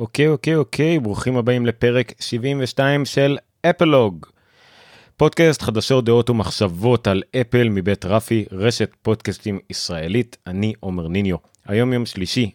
אוקיי, ברוכים הבאים לפרק 72 של אפלוג. פודקאסט חדשות, דעות ומחשבות על אפל מבית רפי, רשת פודקאסטים ישראלית. אני עומר ניניו. היום יום שלישי,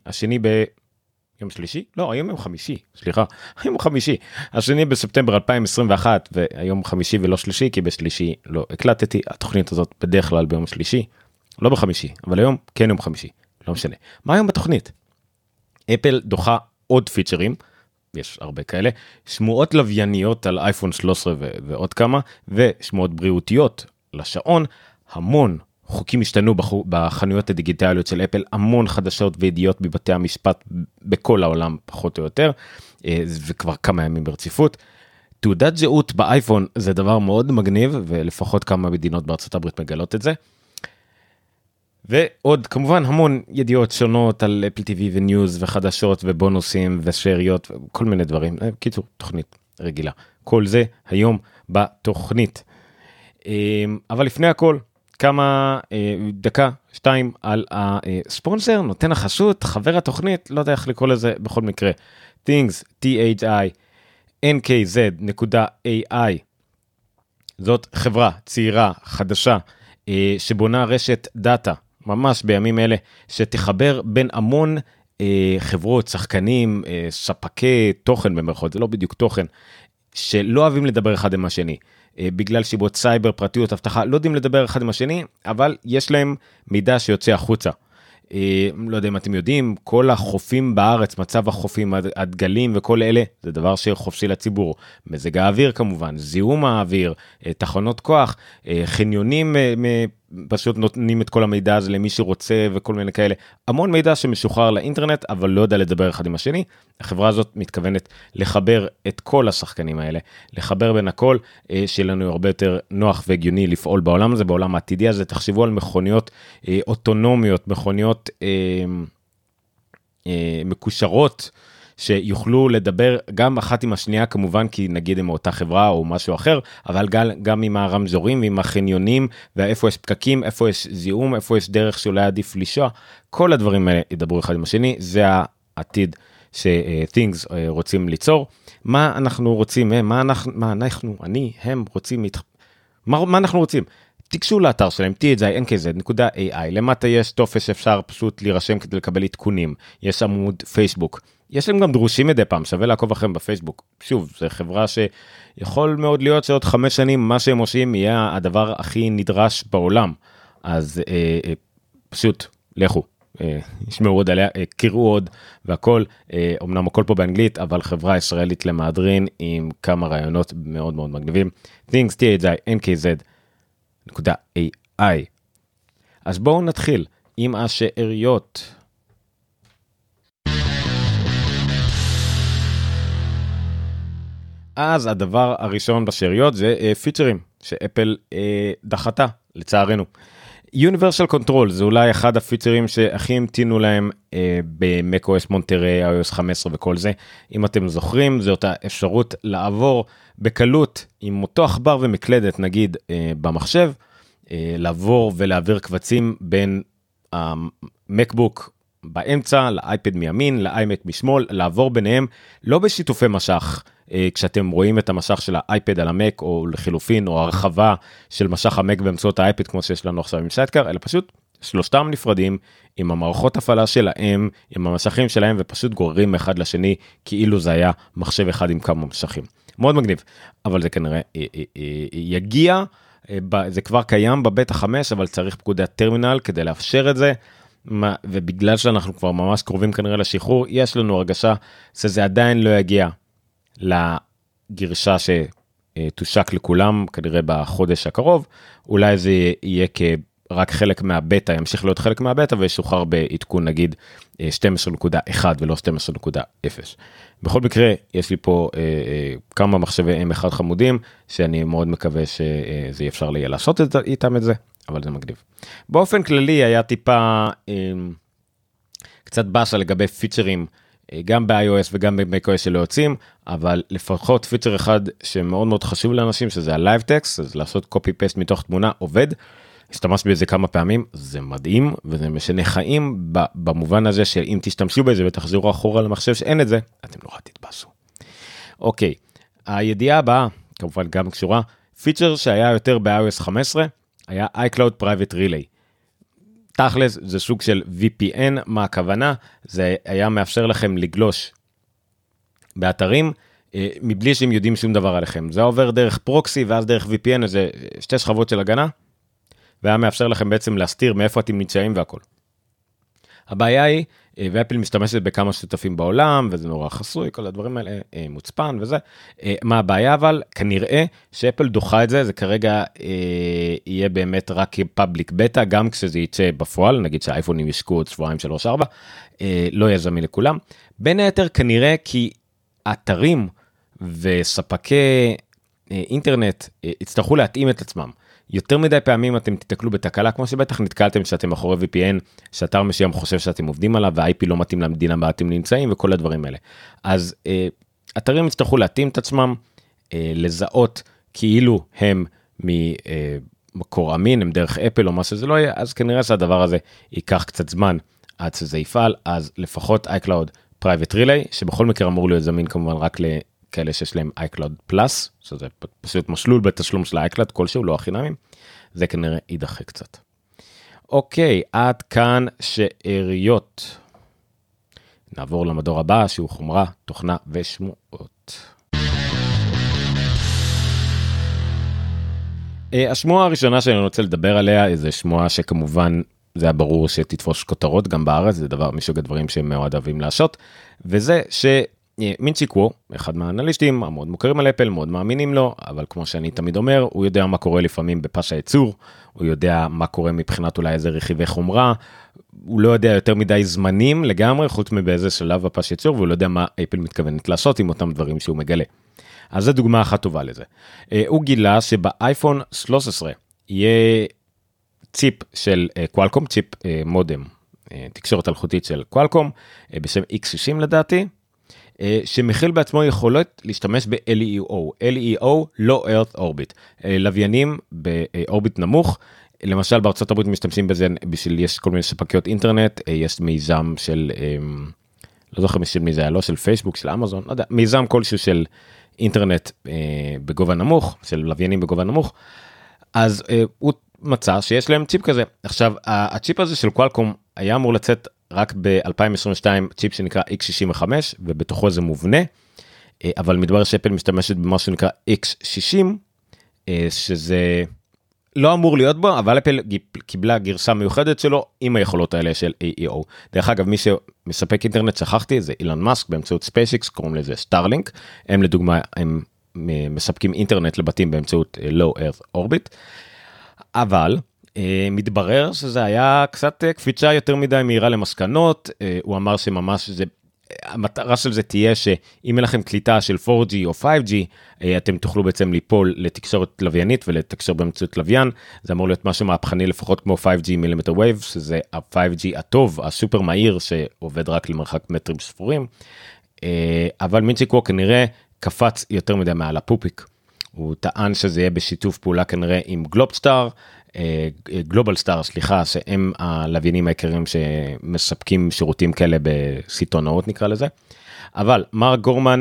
היום יום חמישי, היום חמישי, השני בספטמבר 2021, והיום חמישי ולא שלישי, כי בשלישי לא הקלטתי. התוכנית הזאת בדרך כלל ביום שלישי, לא בחמישי, אבל היום כן יום חמישי, לא משנה. מה היום בתוכנית? אפל דוחה עוד פיצ'רים, יש הרבה כאלה, שמועות לווייניות על אייפון 13 ועוד כמה, ושמועות בריאותיות לשעון, המון חוקים השתנו בחנויות הדיגיטליות של אפל, המון חדשות וידיעות בבתי המשפט בכל העולם פחות או יותר, וכבר כמה ימים ברציפות. תעודת זהות באייפון זה דבר מאוד מגניב, ולפחות כמה מדינות בארצות הברית מגלות את זה. ועוד כמובן המון ידיעות שונות על אפל TV וניוז וחדשות ובונוסים ושאריות וכל מיני דברים. קיצור, תוכנית רגילה. כל זה היום בתוכנית. אבל לפני הכל, כמה דקה, 2 על הספונסר, נותן החסות, חבר התוכנית, לא יודע איך לקרוא לזה בכל מקרה. Things, THINKZ.AI. זאת חברה צעירה, חדשה, שבונה רשת דאטה, ממש בימים אלה, שתחבר בין המון חברות, שחקנים, ספקי תוכן במרכאות, זה לא בדיוק תוכן, שלא אוהבים לדבר אחד עם השני, בגלל שיבות סייבר, פרטיות, הבטחה, לא יודעים לדבר אחד עם השני, אבל יש להם מידע שיוצא החוצה. לא יודע אם אתם יודעים, כל החופים בארץ, מצב החופים, הדגלים וכל אלה, זה דבר שחופשי לציבור. מזג האוויר כמובן, זיהום האוויר, תחנות כוח, חניונים, פשוט נותנים את כל המידע הזה למי שרוצה וכל מיני כאלה. המון מידע שמשוחרר לאינטרנט, אבל לא יודע לדבר אחד עם השני. החברה הזאת מתכוונת לחבר את כל השחקנים האלה, לחבר בין הכל, שיהיה לנו הרבה יותר נוח והגיוני לפעול בעולם הזה, בעולם העתידי הזה. תחשבו על מכוניות אוטונומיות, מכוניות מקושרות, שיוכלו לדבר גם אחת עם השנייה כמובן, כי נגיד עם אותה חברה או משהו אחר, אבל גם עם הרמזורים ועם החניונים, ואיפה יש פקקים, איפה יש זיהום, איפה יש דרך שאולי עדיף לישוע, כל הדברים האלה ידברו אחד עם השני. זה העתיד ש-Things רוצים ליצור. מה אנחנו רוצים, מה אנחנו רוצים? תיגשו לאתר שלהם, THINKZ.AI, למטה יש טופס שאפשר פשוט להירשם כדי לקבל עדכונים, יש עמוד פייסבוק, יש להם גם דרושים מדי פעם, שווה לעקוב אחריהם בפייסבוק. שוב, זו חברה שיכול מאוד להיות שעוד 5 שנים מה שהם עושים יהיה הדבר הכי נדרש בעולם, אז פשוט לכו, ישמעו עוד עליה, קראו עוד והכל, אמנם הכל פה באנגלית, אבל חברה ישראלית למהדרין עם כמה רעיונות מאוד מאוד מגניבים. Things, THINKZ.AI. אז בואו נתחיל עם השאריות. אז הדבר הראשון בשאריות זה פיצ'רים שאפל דחתה, לצערנו. Universal Control זה אולי אחד הפיצ'רים שהכי המתינו להם ב-macOS Monterey, iOS 15 וכל זה. אם אתם זוכרים, זאת האפשרות לעבור בקלות עם אותו עכבר ומקלדת, נגיד במחשב, לעבור ולהעביר קבצים בין המקבוק באמצע, לאייפד מימין, לאיימק משמאל, לעבור ביניהם, לא בשיתופי משך, כשאתם רואים את המשך של האייפד על המק, או לחילופין, או הרחבה של משך המק באמצעות האייפד, כמו שיש לנו עכשיו עם סיידקאר, אלא פשוט שלושתם נפרדים, עם המערכות הפעלה שלהם, עם המשכים שלהם, ופשוט גוררים אחד לשני, כאילו זה היה מחשב אחד עם כמה משכים. מאוד מגניב, אבל זה כנראה יגיע, זה כבר קיים בבטא 5, אבל צריך פקודת טרמינל כדי לאפשר את זה, ובגלל שאנחנו כבר ממש קרובים כנראה לשחרור, יש לנו הרגשה שזה עדיין לא יגיע לגרשה שתושק לכולם, כנראה בחודש הקרוב, אולי זה יהיה רק חלק מהבטא, ימשיך להיות חלק מהבטא, וישוחרר בעדכון נגיד 12.1 ולא 12.0. בכל מקרה, יש לי פה כמה מחשבי M1 חמודים, שאני מאוד מקווה שזה יהיה אפשר לעשות איתם את זה, אבל זה מגניב. באופן כללי היה טיפה קצת באסה לגבי פיצ'רים, גם ב-iOS וגם ב-macOS שלא יוצאים, אבל לפחות פיצ'ר אחד שמאוד מאוד חשוב לאנשים, שזה ה-Live Text, אז לעשות copy-paste מתוך תמונה עובד, השתמשתי בזה כמה פעמים, זה מדהים, וזה משנה חיים במובן הזה שאם תשתמשו בזה ותחזרו אחורה למחשב שאין את זה, אתם נורא תתבאסו. אוקיי, הידיעה הבאה, כמובן גם קשורה, פיצ'ר שהיה יותר ב-iOS 15, היה iCloud Private Relay. תכלס, זה סוג של VPN, מה הכוונה? זה היה מאפשר לכם לגלוש באתרים, מבלי שהם יודעים שום דבר עליכם. זה עובר דרך פרוקסי, ואז דרך VPN, זה שתי שכבות של הגנה, והיה מאפשר לכם בעצם להסתיר מאיפה אתם נמצאים והכל. הבעיה היא, ואפל משתמשת בכמה שותפים בעולם, וזה נורא חסוי, כל הדברים האלה מוצפן וזה. מה הבעיה אבל? כנראה שאפל דוחה את זה, זה כרגע יהיה באמת רק פאבליק בטא, גם כשזה יצא בפועל, נגיד שהאייפונים ישקו עוד שבועיים 3-4, לא יהיה זמין לכולם. בין היתר כנראה כי אתרים וספקי אינטרנט יצטרכו להתאים את עצמם. יותר מדי פעמים אתם תתקלו בתקלה, כמו שבטח נתקלתם שאתם אחורי VPN, שאתר מסוים חושב שאתם עובדים עליו, וה-IP לא מתאים למדינה בה אתם נמצאים, וכל הדברים האלה. אז אתרים יצטרכו להתאים את עצמם, לזהות כאילו הם ממקור אמין, הם דרך אפל או מה שזה לא יהיה, אז כנראה שהדבר הזה ייקח קצת זמן עד שזה יפעל, אז לפחות iCloud Private Relay, שבכל מקרה אמור להיות זמין כמובן רק כאלה שיש להם iCloud Plus, שזה פשוט משלול בתשלום של iCloud, כלשהו, לא החינמים, זה כנראה יידחה קצת. אוקיי, עד כאן שאריות. נעבור למדור הבא, שהוא חומרה, תוכנה ושמועות. השמועה הראשונה שאני רוצה לדבר עליה, זה שמועה שכמובן זה היה ברור שתתפוס כותרות גם בארץ, זה דבר מסוג הדברים שהם מאוד אוהבים לעשות, וזה מינצ'י קוו, אחד מהאנליסטים, המאוד מוכרים על אפל, מאוד מאמינים לו, אבל כמו שאני תמיד אומר, הוא יודע מה קורה לפעמים בפס הייצור, הוא יודע מה קורה מבחינת אולי איזה רכיבי חומרה, הוא לא יודע יותר מדי זמנים לגמרי, חוץ מבאיזה שלב בפס הייצור, והוא לא יודע מה אפל מתכוונת לעשות עם אותם דברים שהוא מגלה. אז זו דוגמה אחת טובה לזה. הוא גילה שבאייפון 13 יהיה ציפ של קואלקום, ציפ מודם, תקשורת אלחוטית של קואלקום, בשם X60 לדעתי, שמכיל בעצמו יכולות להשתמש ב-LEO, LEO, Low Earth Orbit, לוויינים באורביט נמוך, למשל בארצות הברית משתמשים בזה בשביל, יש כל מיני ספקיות אינטרנט, יש מיזם של, לא זוכר של מי זה היה, לא של פייסבוק, של אמזון, לא יודע, מיזם כלשהו של אינטרנט בגובה נמוך, של לוויינים בגובה נמוך, אז הוא מצא שיש להם ציפ כזה. עכשיו, הצ'יפ הזה של קואלקום היה אמור לצאת רק ב-2022 ציפ שנקרא X65, ובתוכו זה מובנה, אבל מדבר שאפל משתמשת במה שנקרא X60, שזה לא אמור להיות בו, אבל אפל קיבלה גרסה מיוחדת שלו עם היכולות האלה של AEO. דרך אגב, מי שמספק אינטרנט, שכחתי, זה אילון מאסק באמצעות SpaceX, קוראים לזה סטארלינק, הם לדוגמה, הם מספקים אינטרנט לבתים באמצעות Low Earth Orbit, אבל מתברר שזה היה קצת קפיצה יותר מדי מהירה למסקנות, הוא אמר שממש זה, המטרה של זה תהיה שאם אין לכם קליטה של 4G או 5G, אתם תוכלו בעצם ליפול לתקשורת לוויינית ולתקשר באמצעות לוויין, זה אמור להיות משהו מהפכני לפחות כמו 5G מילימטר וייב, שזה ה-5G הטוב, הסופר מהיר שעובד רק למרחק מטרים ספורים, אבל מינצ'י קוו כנראה קפץ יותר מדי מעל הפופיק, הוא טען שזה יהיה בשיתוף פעולה כנראה עם גלובל סטאר, סליחה, שהם הלוויינים העיקריים שמספקים שירותים כאלה בסיטונאות נקרא לזה, אבל מר גורמן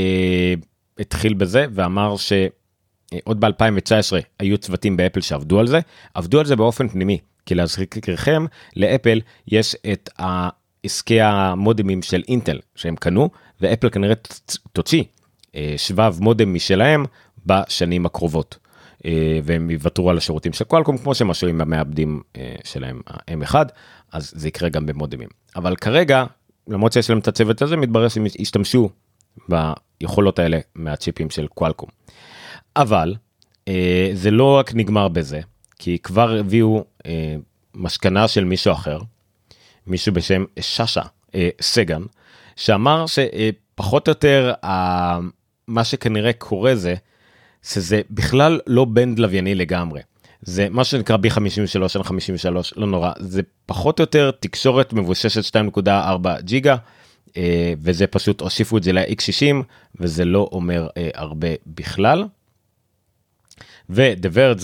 התחיל בזה ואמר שעוד ב-2019 היו צוותים באפל שעבדו על זה, עבדו על זה באופן פנימי, כי להזכירכם, לאפל יש את העסקי המודמים של אינטל שהם קנו, ואפל כנראה תוציא שבב מודם משלהם בשנים הקרובות. והם יוותרו על השירותים של קואלקום, כמו שמשהו עם המעבדים שלהם, ה-M1, אז זה יקרה גם במודמים. אבל כרגע, למרות שיש להם את הצוות הזה, מתברר שהם ישתמשו ביכולות האלה מהצ'יפים של קואלקום. אבל, זה לא רק נגמר בזה, כי כבר הביאו משכנה של מישהו אחר, מישהו בשם ששה סגן, שאמר שפחות או יותר, מה שכנראה קורה זה, שזה בכלל לא בנד לווייני לגמרי. זה מה שנקרא B53, N53, לא נורא. זה פחות או יותר תקשורת מבוששת 2.4 ג'יגה, וזה פשוט הוסיפו את זה ל-X60, וזה לא אומר הרבה בכלל. ו-The Verge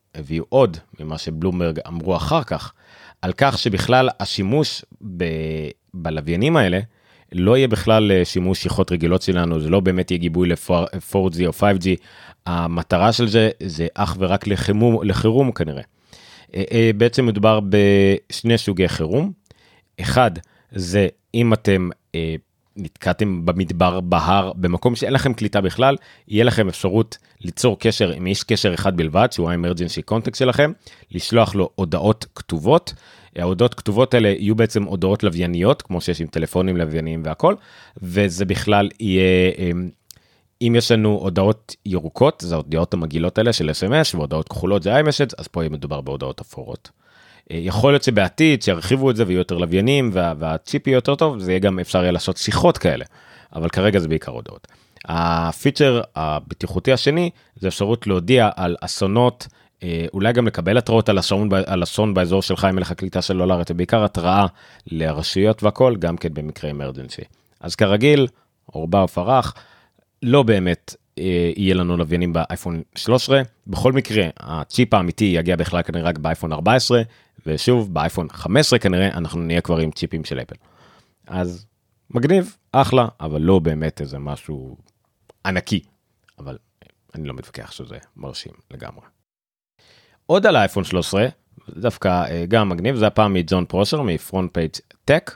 הביאו עוד ממה שבלומברג אמרו אחר כך, על כך שבכלל השימוש בלוויינים האלה, לא יהיה בכלל שימוש שיחות רגילות שלנו, זה לא באמת יהיה גיבוי ל-4G או 5G, המטרה של זה, זה אך ורק לחירום כנראה. בעצם מדובר בשני סוגי חירום, אחד זה אם אתם נתקעתם במדבר, בהר, במקום שאין לכם קליטה בכלל, יהיה לכם אפשרות ליצור קשר עם איש קשר אחד בלבד, שהוא ה-emergency contact שלכם, לשלוח לו הודעות כתובות, ההודעות כתובות האלה יהיו בעצם הודעות לווייניות, כמו שיש עם טלפונים לווייניים והכל, וזה בכלל יהיה, אם יש לנו הודעות ירוקות, זה ההודעות המגילות האלה של SMS, והודעות כחולות זה iMessage, אז פה יהיה מדובר בהודעות אפורות. יכול להיות שבעתיד שירחיבו את זה ויהיו יותר לוויינים והצ'יפ יהיה יותר טוב, זה יהיה גם אפשר יהיה לעשות שיחות כאלה, אבל כרגע זה בעיקר הודעות. הפיצ'ר הבטיחותי השני, זה אפשרות להודיע על אסונות, אולי גם לקבל התראות על אסון באזור שלך עם לך קליטה סלולרית, ובעיקר התראה לרשויות והכל, גם כן במקרה אמרג'נסי. אז כרגיל, עורבא ופרח, לא באמת יהיה לנו לוויינים באייפון 13, בכל מקרה הצ'יפ האמיתי יגיע בכלל כנראה רק באייפון 14, ושוב באייפון 15 כנראה אנחנו נהיה כבר עם צ'יפים של אפל. אז מגניב, אחלה, אבל לא באמת איזה משהו ענקי, אבל אני לא מתווכח שזה מרשים לגמרי. עוד על האייפון 13, דווקא גם מגניב, זה הפעם מג'ון פרושר, מפרונט פייג' טק.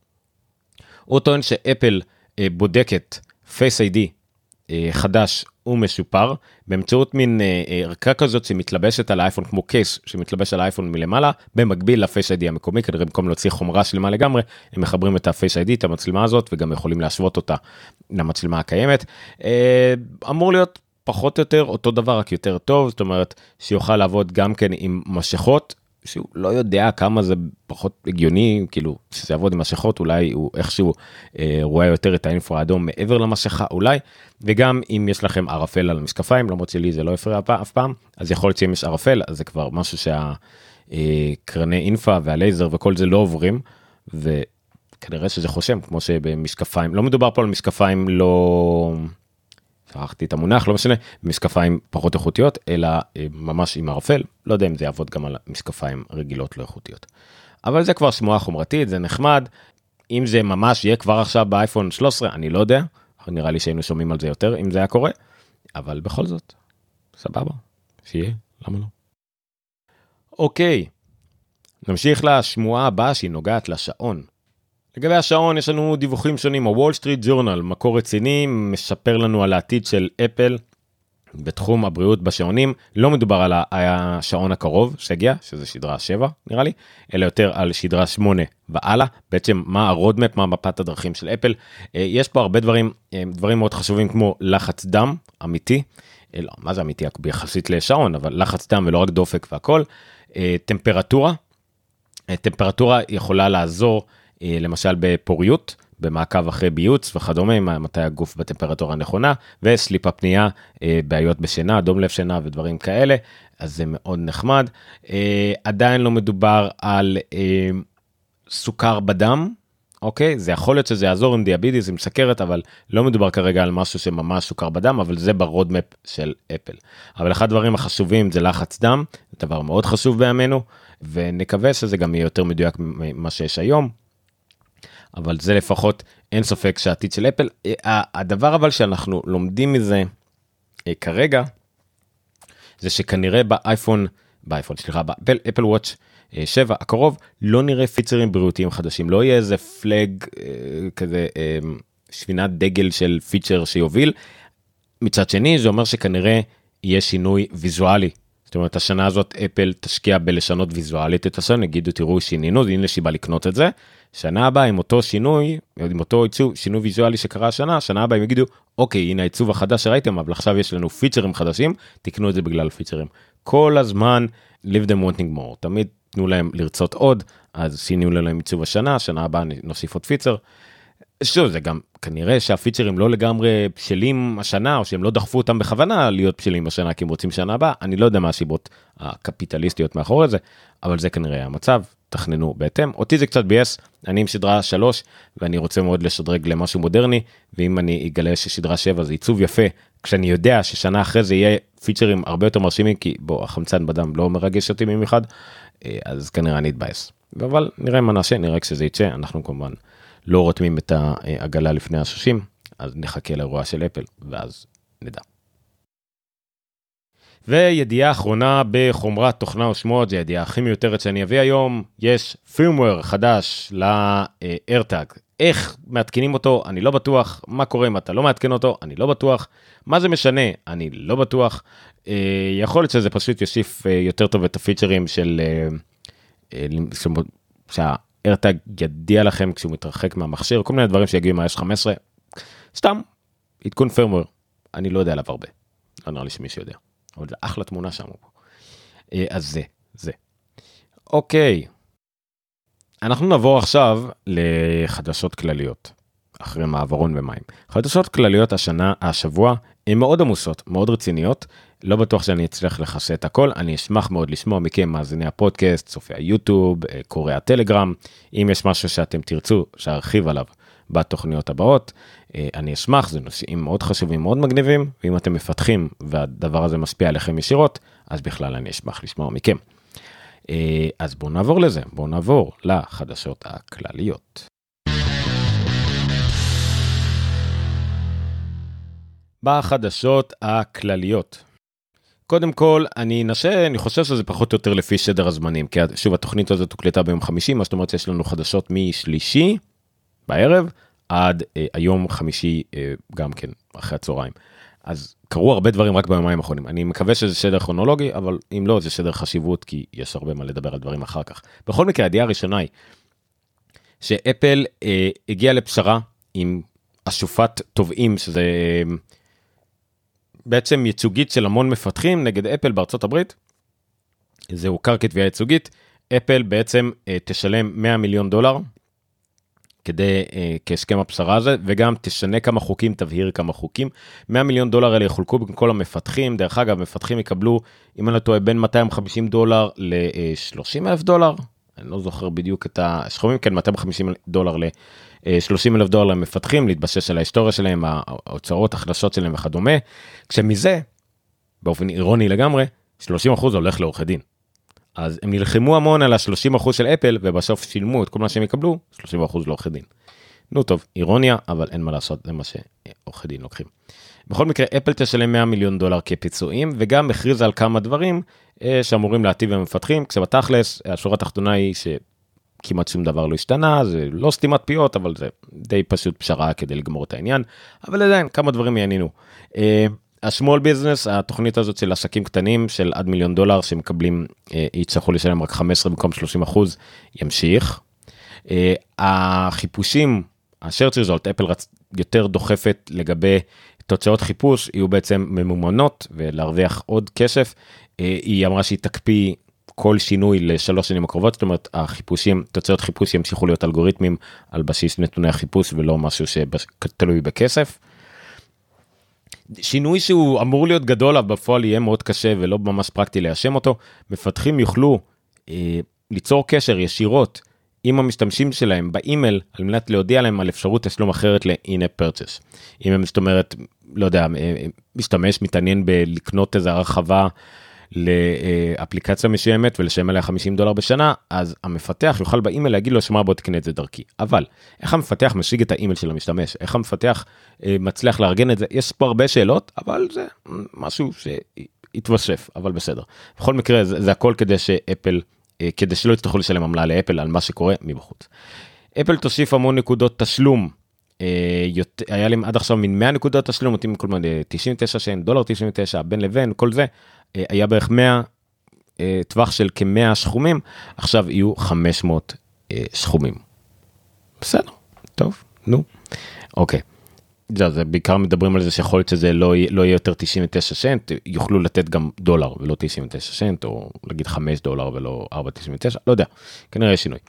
הוא טוען שאפל בודקת Face ID חדש ומשופר, באמצעות מין ערכה כזאת שמתלבשת על האייפון, כמו קייס שמתלבש על האייפון מלמעלה, במקביל ל-Face ID המקומי, כנראה במקום להוציא חומרה שלמה לגמרי, הם מחברים את ה-Face ID, את המצלמה הזאת, וגם יכולים להשוות אותה למצלמה הקיימת. אמור להיות פחות או יותר אותו דבר, רק יותר טוב, זאת אומרת שיוכל לעבוד גם כן עם משכות, שהוא לא יודע כמה זה פחות הגיוני, כאילו שזה יעבוד עם משכות, אולי הוא איכשהו רואה יותר את האינפרה האדום מעבר למשכה, אולי, וגם אם יש לכם ערפל על המשקפיים, למרות שלי זה לא הפריע אף פעם, אז יכול להיות שאם יש ערפל, אז זה כבר משהו שהקרני אינפה והלייזר וכל זה לא עוברים, וכנראה שזה חושם, כמו שבמשקפיים, לא מדובר פה על משקפיים לא... שכחתי את המונח, לא משנה, משקפיים פחות איכותיות, אלא ממש עם ערפל, לא יודע אם זה יעבוד גם על משקפיים רגילות לא איכותיות. אבל זה כבר שמועה חומרתית, זה נחמד, אם זה ממש יהיה כבר עכשיו באייפון 13, אני לא יודע, נראה לי שהיינו שומעים על זה יותר, אם זה היה קורה, אבל בכל זאת, סבבה, שיהיה, למה לא? אוקיי, נמשיך לשמועה הבאה שהיא נוגעת לשעון. לגבי השעון יש לנו דיווחים שונים, הוול סטריט ג'ורנל, מקור רציני, משפר לנו על העתיד של אפל בתחום הבריאות בשעונים, לא מדובר על השעון הקרוב שהגיע, שזה שדרה 7 נראה לי, אלא יותר על שדרה 8 והלאה, בעצם מה הרודמפ, מה מפת הדרכים של אפל, יש פה הרבה דברים מאוד חשובים כמו לחץ דם אמיתי, לא, מה זה אמיתי? ביחסית לשעון, אבל לחץ דם ולא רק דופק והכל, טמפרטורה יכולה לעזור, למשל בפוריות, במעקב אחרי ביוץ וכדומה, מתי הגוף בטמפרטורה הנכונה, וסליפה פנייה, בעיות בשינה, דום לב שינה ודברים כאלה, אז זה מאוד נחמד. עדיין לא מדובר על סוכר בדם, אוקיי? זה יכול להיות שזה יעזור עם דיאביטיס, עם סכרת, אבל לא מדובר כרגע על משהו שממש סוכר בדם, אבל זה ברודמפ של אפל. אבל אחד הדברים החשובים זה לחץ דם, זה דבר מאוד חשוב בימינו, ונקווה שזה גם יהיה יותר מדויק ממה שיש היום, אבל זה לפחות אין ספק שהעתיד של אפל. הדבר אבל שאנחנו לומדים מזה כרגע, זה שכנראה באפל וואץ' 7 הקרוב, לא נראה פיצ'רים בריאותיים חדשים, לא יהיה איזה פלג כזה, שבינת דגל של פיצ'ר שיוביל. מצד שני, זה אומר שכנראה יהיה שינוי ויזואלי. זאת אומרת, השנה הזאת אפל תשקיע בלשנות ויזואלית את השעון, נגידו תראו שינינו, הנה שיבה לקנות את זה. שנה הבאה עם אותו שינוי, עם אותו שינוי ויזואלי שקרה השנה, שנה הבאה הם יגידו, אוקיי, הנה העיצוב החדש שראיתם, אבל עכשיו יש לנו פיצ'רים חדשים, תקנו את זה בגלל פיצ'רים. כל הזמן, live them wanting more, תמיד תנו להם לרצות עוד, אז שיניו להם עיצוב השנה, שנה הבאה נוסיף עוד פיצ'ר. שוב, זה גם כנראה שהפיצ'רים לא לגמרי בשלים השנה, או שהם לא דחפו אותם בכוונה להיות בשלים השנה, כי הם רוצים שנה הבאה, אני לא יודע מה הסיבות הקפיטליסטיות מאחורי זה, אבל זה כנראה המצב, תכננו בהתאם. אותי זה קצת בייס, אני עם שדרה 3, ואני רוצה מאוד לשדרג למשהו מודרני, ואם אני אגלה ששדרה 7 זה עיצוב יפה, כשאני יודע ששנה אחרי זה יהיה פיצ'רים הרבה יותר מרשימים, כי בוא, החמצן בדם לא מרגש אותי במיוחד, אז כנראה אני אתבייס. אבל נראה מה נעשה, נראה כשזה יצא, אנחנו כמובן לא רותמים את העגלה לפני ה-60, אז נחכה לאירוע של אפל, ואז נדע. וידיעה אחרונה בחומרת תוכנה ושמות, זו ידיעה הכי מיותרת שאני אביא היום, יש firmware חדש ל-AirTag. איך מעדכנים אותו? אני לא בטוח. מה קורה אם אתה לא מעדכן אותו? אני לא בטוח. מה זה משנה? אני לא בטוח. יכול להיות שזה פשוט יוסיף יותר טוב את הפיצ'רים של שה-AirTag ידיע לכם כשהוא מתרחק מהמכשיר, כל מיני דברים שיגיעו מה-15. סתם, עדכון firmware. אני לא יודע עליו הרבה. לא נראה לי שמישהו יודע. אבל זה אחלה תמונה שם. אז זה. אוקיי. אנחנו נעבור עכשיו לחדשות כלליות. אחרי מעברון ומים. חדשות כלליות השבוע הן מאוד עמוסות, מאוד רציניות. לא בטוח שאני אצליח לחסה את הכל. אני אשמח מאוד לשמוע מכם מאזיני הפודקאסט, צופי היוטיוב, קוראי הטלגרם. אם יש משהו שאתם תרצו שארחיב עליו בתוכניות הבאות, אני אשמח, זה נושאים מאוד חשובים, מאוד מגניבים, ואם אתם מפתחים והדבר הזה משפיע עליכם ישירות, אז בכלל אני אשמח לשמוע מכם. אז בואו נעבור לזה, בואו נעבור לחדשות הכלליות. בחדשות הכלליות. קודם כל, אני חושב שזה פחות או יותר לפי סדר הזמנים, כי שוב, התוכנית הזאת הוקלטה ביום חמישי, מה זאת אומרת שיש לנו חדשות משלישי בערב, עד היום חמישי גם כן, אחרי הצהריים. אז קרו הרבה דברים רק ביומיים האחרונים. אני מקווה שזה סדר כרונולוגי, אבל אם לא, זה סדר חשיבות, כי יש הרבה מה לדבר על דברים אחר כך. בכל מקרה, הידיעה הראשונה היא, שאפל הגיעה לפשרה עם אשופת תובעים, שזה בעצם ייצוגית של המון מפתחים נגד אפל בארצות הברית. זה הוכר כתביעה ייצוגית. אפל בעצם תשלם $100 מיליון, כדי, כהסכם הפשרה הזה, וגם תשנה כמה חוקים, תבהיר כמה חוקים. $100 מיליון האלה יחולקו בין כל המפתחים, דרך אגב, מפתחים יקבלו, אם אני לא טועה, בין $250 ל-$30,000, אני לא זוכר בדיוק את הסכומים, כן, $250 ל-$30,000 למפתחים, להתבסס על ההיסטוריה שלהם, ההוצאות, החדשות שלהם וכדומה, כשמזה, באופן אירוני לגמרי, 30% הולך לעורכי דין. אז הם נלחמו המון על ה-30% של אפל, ובסוף שילמו את כל מה שהם יקבלו, 30% לעורכי דין. נו טוב, אירוניה, אבל אין מה לעשות, זה מה שעורכי דין לוקחים. בכל מקרה, אפל תשלם $100 מיליון כפיצויים, וגם הכריז על כמה דברים שאמורים להטיב במפתחים, כשבתכלס, השורה התחתונה היא שכמעט שום דבר לא השתנה, זה לא סתימת פיות, אבל זה די פשוט פשרה כדי לגמור את העניין, אבל עדיין, כמה דברים יעניינו. ה-small business, התוכנית הזאת של עסקים קטנים, של עד $1 מיליון, שמקבלים, יצטרכו לשלם רק 15 במקום 30%, ימשיך. החיפושים, ה-search result, אפל יותר דוחפת לגבי תוצאות חיפוש, יהיו בעצם ממומנות, ולהרוויח עוד כסף. היא אמרה שהיא תקפיא כל שינוי ל3 שנים הקרובות, זאת אומרת, החיפושים, תוצאות חיפוש ימשיכו להיות אלגוריתמים, על בסיס נתוני החיפוש, ולא משהו שתלוי בכסף. שינוי שהוא אמור להיות גדול, אבל בפועל יהיה מאוד קשה ולא ממש פרקטי ליישם אותו. מפתחים יוכלו ליצור קשר ישירות עם המשתמשים שלהם באימייל, על מנת להודיע להם על אפשרות תשלום אחרת ל-in-app purchase. אם הם, זאת אומרת, לא יודע, משתמש, מתעניין בלקנות איזו הרחבה לאפליקציה מסוימת ולשלם עליה $50 בשנה, אז המפתח יוכל באימייל להגיד לו, שמע, בוא תקנה את זה דרכי. אבל איך המפתח משיג את האימייל של המשתמש? איך המפתח מצליח לארגן את זה? יש פה הרבה שאלות, אבל זה משהו שיתווסף, אבל בסדר. בכל מקרה, זה הכל כדי שאפל, כדי שלא יצטרכו לשלם עמלה לאפל על מה שקורה מבחוץ. אפל תוסיף המון נקודות תשלום, היה להם עד עכשיו מן 100 נקודות תשלום, אותים כל מיני 99 סנט, $1.99, בין לבין, כל זה, היה בערך 100, טווח של כ-100 סכומים, עכשיו יהיו 500 סכומים. בסדר, טוב, נו, אוקיי. זה בעיקר מדברים על זה שיכול להיות שזה לא יהיה יותר 99 סנט, יוכלו לתת גם דולר ולא 99 סנט, או להגיד $5 ולא 4.99, לא יודע, כנראה יש שינוי.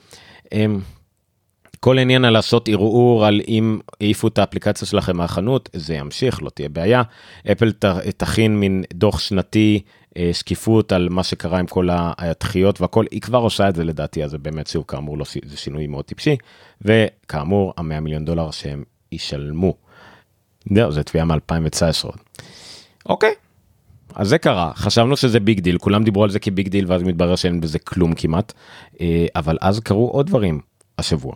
כל העניין על לעשות ערעור על אם העיפו את האפליקציה שלכם מהחנות, זה ימשיך, לא תהיה בעיה. אפל תכין מין דוח שנתי שקיפות על מה שקרה עם כל הדחיות והכל, היא כבר עושה את זה לדעתי, אז זה באמת שוב, כאמור, זה שינוי מאוד טיפשי, וכאמור, $100 מיליון שהם ישלמו. זה תביעה מ-2019. אוקיי, אז זה קרה, חשבנו שזה ביג דיל, כולם דיברו על זה כביג דיל, ואז מתברר שאין בזה כלום כמעט, אבל אז קרו עוד דברים השבוע.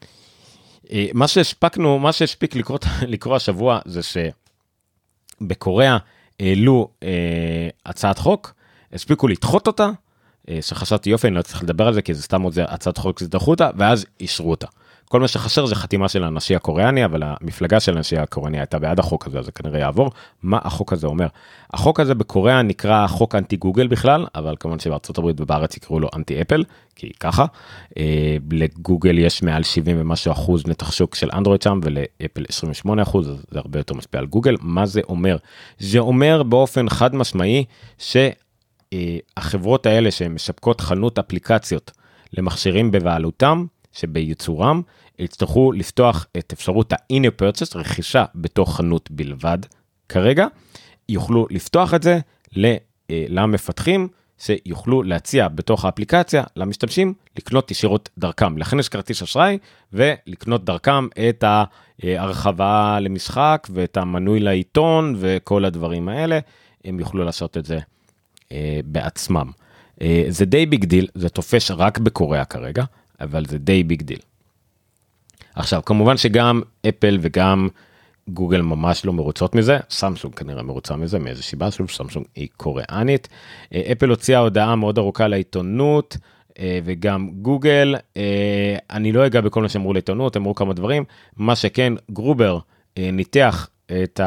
מה שהספיק לקרוא השבוע, זה שבקוריאה העלו הצעת חוק, הספיקו לדחות אותה, שחשבתי יופי, אני לא צריך לדבר על זה, כי זה סתם עוד הצעת חוק שדחו אותה, ואז אישרו אותה. כל מה שחסר זה חתימה של הנשיא הקוריאני, אבל המפלגה של הנשיא הקוריאני הייתה בעד החוק הזה, אז זה כנראה יעבור. מה החוק הזה אומר? החוק הזה בקוריאה נקרא חוק אנטי גוגל בכלל, אבל כמובן שבארצות הברית ובארץ יקראו לו אנטי אפל, כי ככה. לגוגל יש מעל 70 ומשהו אחוז נתח שוק של אנדרואיד שם, ולאפל 28 אחוז, אז זה הרבה יותר משפיע על גוגל. מה זה אומר? זה אומר באופן חד משמעי, שהחברות האלה שהן משפקות חנות אפליקציות למכשירים בבעלותם, שבייצורם יצטרכו לפתוח את אפשרות ה-inner purchase, רכישה בתוך חנות בלבד כרגע, יוכלו לפתוח את זה למפתחים, שיוכלו להציע בתוך האפליקציה למשתמשים, לקנות ישירות דרכם, להכניס כרטיס אשראי, ולקנות דרכם את ההרחבה למשחק, ואת המנוי לעיתון, וכל הדברים האלה, הם יוכלו לעשות את זה בעצמם. זה די ביג דיל, זה תופש רק בקוריאה כרגע, אבל זה די ביג דיל. עכשיו, כמובן שגם אפל וגם גוגל ממש לא מרוצות מזה, סמסונג כנראה מרוצה מזה, מאיזה שיבה, שוב, סמסונג היא קוריאנית. אפל הוציאה הודעה מאוד ארוכה לעיתונות, וגם גוגל, אני לא אגע בכל מה שאמרו לעיתונות, אמרו כמה דברים, מה שכן, גרובר ניתח את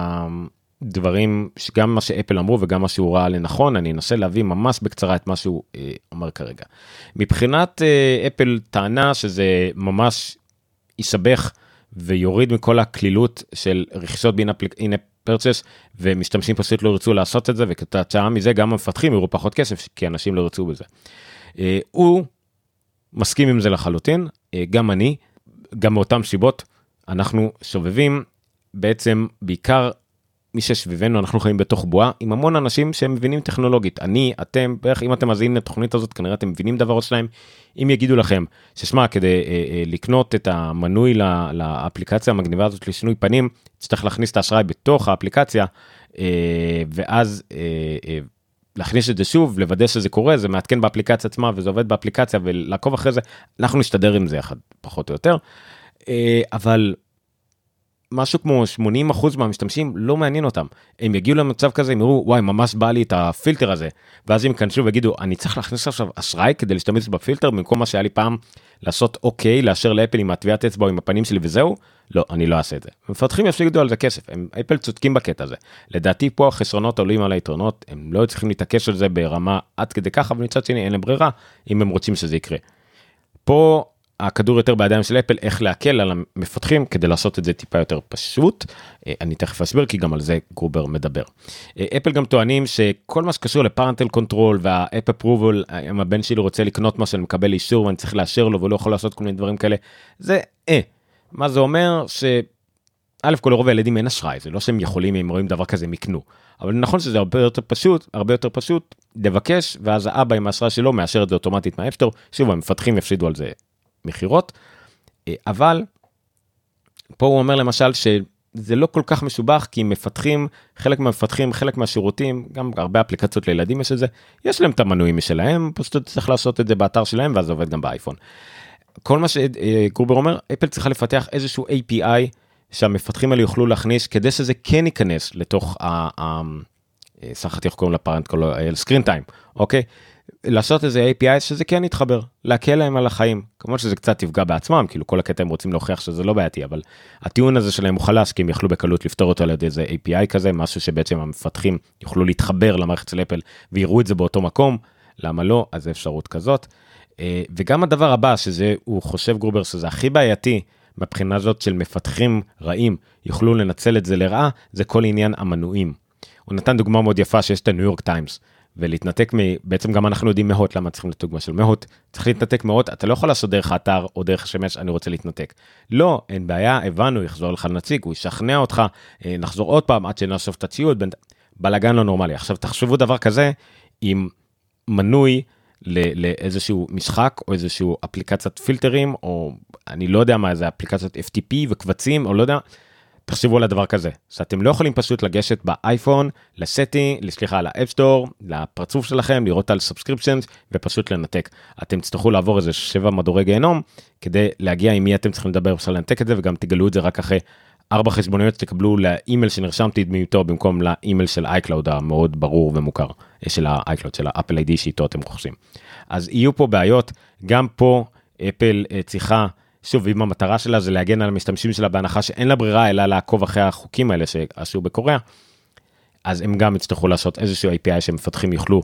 הדברים, גם מה שאפל אמרו וגם מה שהוא ראה לנכון, אני אנסה להביא ממש בקצרה את מה שהוא אומר כרגע. מבחינת אפל טענה שזה ממש יסבך ויוריד מכל הכלילות של רכישות in-app purchase, ומשתמשים פשוט לא ירצו לעשות את זה, וכתוצאה מזה גם המפתחים יראו פחות כסף, כי אנשים לא ירצו בזה. הוא מסכים עם זה לחלוטין, גם אני, גם מאותם סיבות, אנחנו שובבים בעצם בעיקר מי ששביבנו, אנחנו חיים בתוך בועה, עם המון אנשים שהם מבינים טכנולוגית. אני, אתם, בערך אם אתם מזינים לתוכנית הזאת, כנראה אתם מבינים דבר שלהם. אם יגידו לכם, ששמע, כדי לקנות את המנוי לאפליקציה המגניבה הזאת לשינוי פנים, צריך להכניס את האשראי בתוך האפליקציה, ואז להכניס את זה שוב, לוודא שזה קורה, זה מעדכן באפליקציה עצמה, וזה עובד באפליקציה, ולעקוב אחרי זה, אנחנו נשתדר עם זה אחד, פחות או יותר. אבל משהו כמו 80% מהמשתמשים לא מעניין אותם. הם יגיעו למצב כזה, הם יראו, וואי, ממש בא לי את הפילטר הזה, ואז הם יכנסו ויגידו, אני צריך להכניס עכשיו אשראי כדי להשתמש בפילטר, במקום מה שהיה לי פעם לעשות אוקיי, לאשר לאפל עם הטביעת אצבע או עם הפנים שלי וזהו, לא, אני לא אעשה את זה. מפתחים יפסידו על זה כסף, אפל צודקים בקטע הזה. לדעתי פה החסרונות עולים על היתרונות, הם לא צריכים להתעקש על זה ברמה עד כדי ככה, אבל מצד שני אין להם ברירה, אם הם רוצים שזה יקרה. פה הכדור יותר בידיים של אפל, איך להקל על המפתחים, כדי לעשות את זה טיפה יותר פשוט. אני תכף אסביר, כי גם על זה גרובר מדבר. אפל גם טוענים שכל מה שקשור לפרנטל קונטרול, והאפ אפרובל, אם הבן שלי רוצה לקנות מה שאני מקבל אישור, ואני צריך לאשר לו, ולא יכול לעשות כל מיני דברים כאלה, זה מה זה אומר? א' כל לרוב הילדים אין אשראי, זה לא שהם יכולים, אם רואים דבר כזה, הם יקנו. אבל נכון שזה הרבה יותר פשוט, לבקש, ואז האבא עם האשראי שלו מאשר את זה אוטומטית מהאפסטור. שוב, המפתחים יפסידו על זה מחירות, אבל פה הוא אומר למשל שזה לא כל כך משובח, כי מפתחים, חלק מהמפתחים, חלק מהשירותים, גם הרבה אפליקציות לילדים יש את זה, יש להם את המנויים משלהם, פשוט צריך לעשות את זה באתר שלהם, ואז זה עובד גם באייפון. כל מה שגרובר אומר, אפל צריכה לפתח איזשהו API, שהמפתחים האלה יוכלו להכניס, כדי שזה כן ייכנס לתוך סחת איך קוראים לפרנט, סקרין טיים, אוקיי? לעשות איזה API שזה כן יתחבר, להקל להם על החיים. כמובן שזה קצת תפגע בעצמם, כאילו כל הקטע הם רוצים להוכיח שזה לא בעייתי, אבל הטיעון הזה שלהם הוא חלש, כי הם יכלו בקלות לפתור אותו על ידי איזה API כזה, משהו שבעצם המפתחים יוכלו להתחבר למערכת של אפל, ויראו את זה באותו מקום, למה לא? אז זה אפשרות כזאת. וגם הדבר הבא, שזה, הוא חושב גרובר, שזה הכי בעייתי, מבחינה זאת של מפתחים רעים, יוכלו לנצל את זה לרעה, זה כל עניין המנויים. הוא נתן דוגמה מאוד יפה שיש את הניו יורק טיימס, ולהתנתק בעצם גם אנחנו יודעים מהות, למה צריכים לדוגמה של מהות, צריך להתנתק מהות, אתה לא יכול לעשות דרך האתר או דרך השמש, אני רוצה להתנתק. לא, אין בעיה, הבנו, יחזור לך לנציג, הוא ישכנע אותך, נחזור עוד פעם, עד שנאסוף את הציוד, בלגן לא נורמלי. עכשיו תחשבו דבר כזה, עם מנוי לאיזשהו משחק, או איזשהו אפליקציית פילטרים, או אני לא יודע מה זה, אפליקציית FTP וקבצים, או לא יודע, תחשבו על הדבר כזה, שאתם לא יכולים פשוט לגשת באייפון, לאפ סטור, לפרצוף שלכם, לראות על סאבסקריפשנס, ופשוט לנתק. אתם תצטרכו לעבור איזה 7 מדורי גיהנום, כדי להגיע עם מי אתם צריכים לדבר, אפשר לנתק את זה, וגם תגלו את זה רק אחרי 4 חשבוניות שתקבלו לאימייל שנרשמתי דמיותו, במקום לאימייל של iCloud המאוד ברור ומוכר, של ה-iCloud, של ה-Apple ID שאיתו אתם חושבים. אז יהיו פה בעיות, גם פה אפל צריכה, שוב, אם המטרה שלה זה להגן על המשתמשים שלה בהנחה שאין לה ברירה, אלא לעקוב אחרי החוקים האלה שעשו בקוריאה, אז הם גם יצטרכו לעשות איזשהו API שמפתחים יוכלו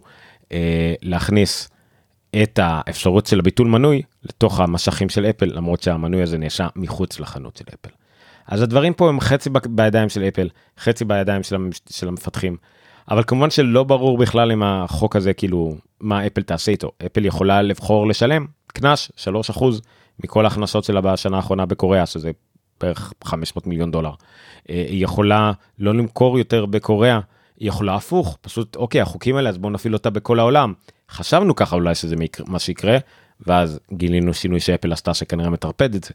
להכניס את האפשרות של הביטול מנוי לתוך המשכים של אפל, למרות שהמנוי הזה נעשה מחוץ לחנות של אפל. אז הדברים פה הם חצי בידיים של אפל, חצי בידיים של המפתחים, אבל כמובן שלא ברור בכלל עם החוק הזה, כאילו, מה אפל תעשה איתו. אפל יכולה לבחור לשלם קנס 3% מכל ההכנסות שלה בשנה האחרונה בקוריאה, שזה בערך $500 מיליון. היא יכולה לא למכור יותר בקוריאה, היא יכולה הפוך, פשוט, אוקיי, החוקים האלה, אז בואו נפעיל אותה בכל העולם. חשבנו ככה אולי שזה מה שיקרה, ואז גילינו שינוי שאפל עשתה שכנראה מטרפד את זה.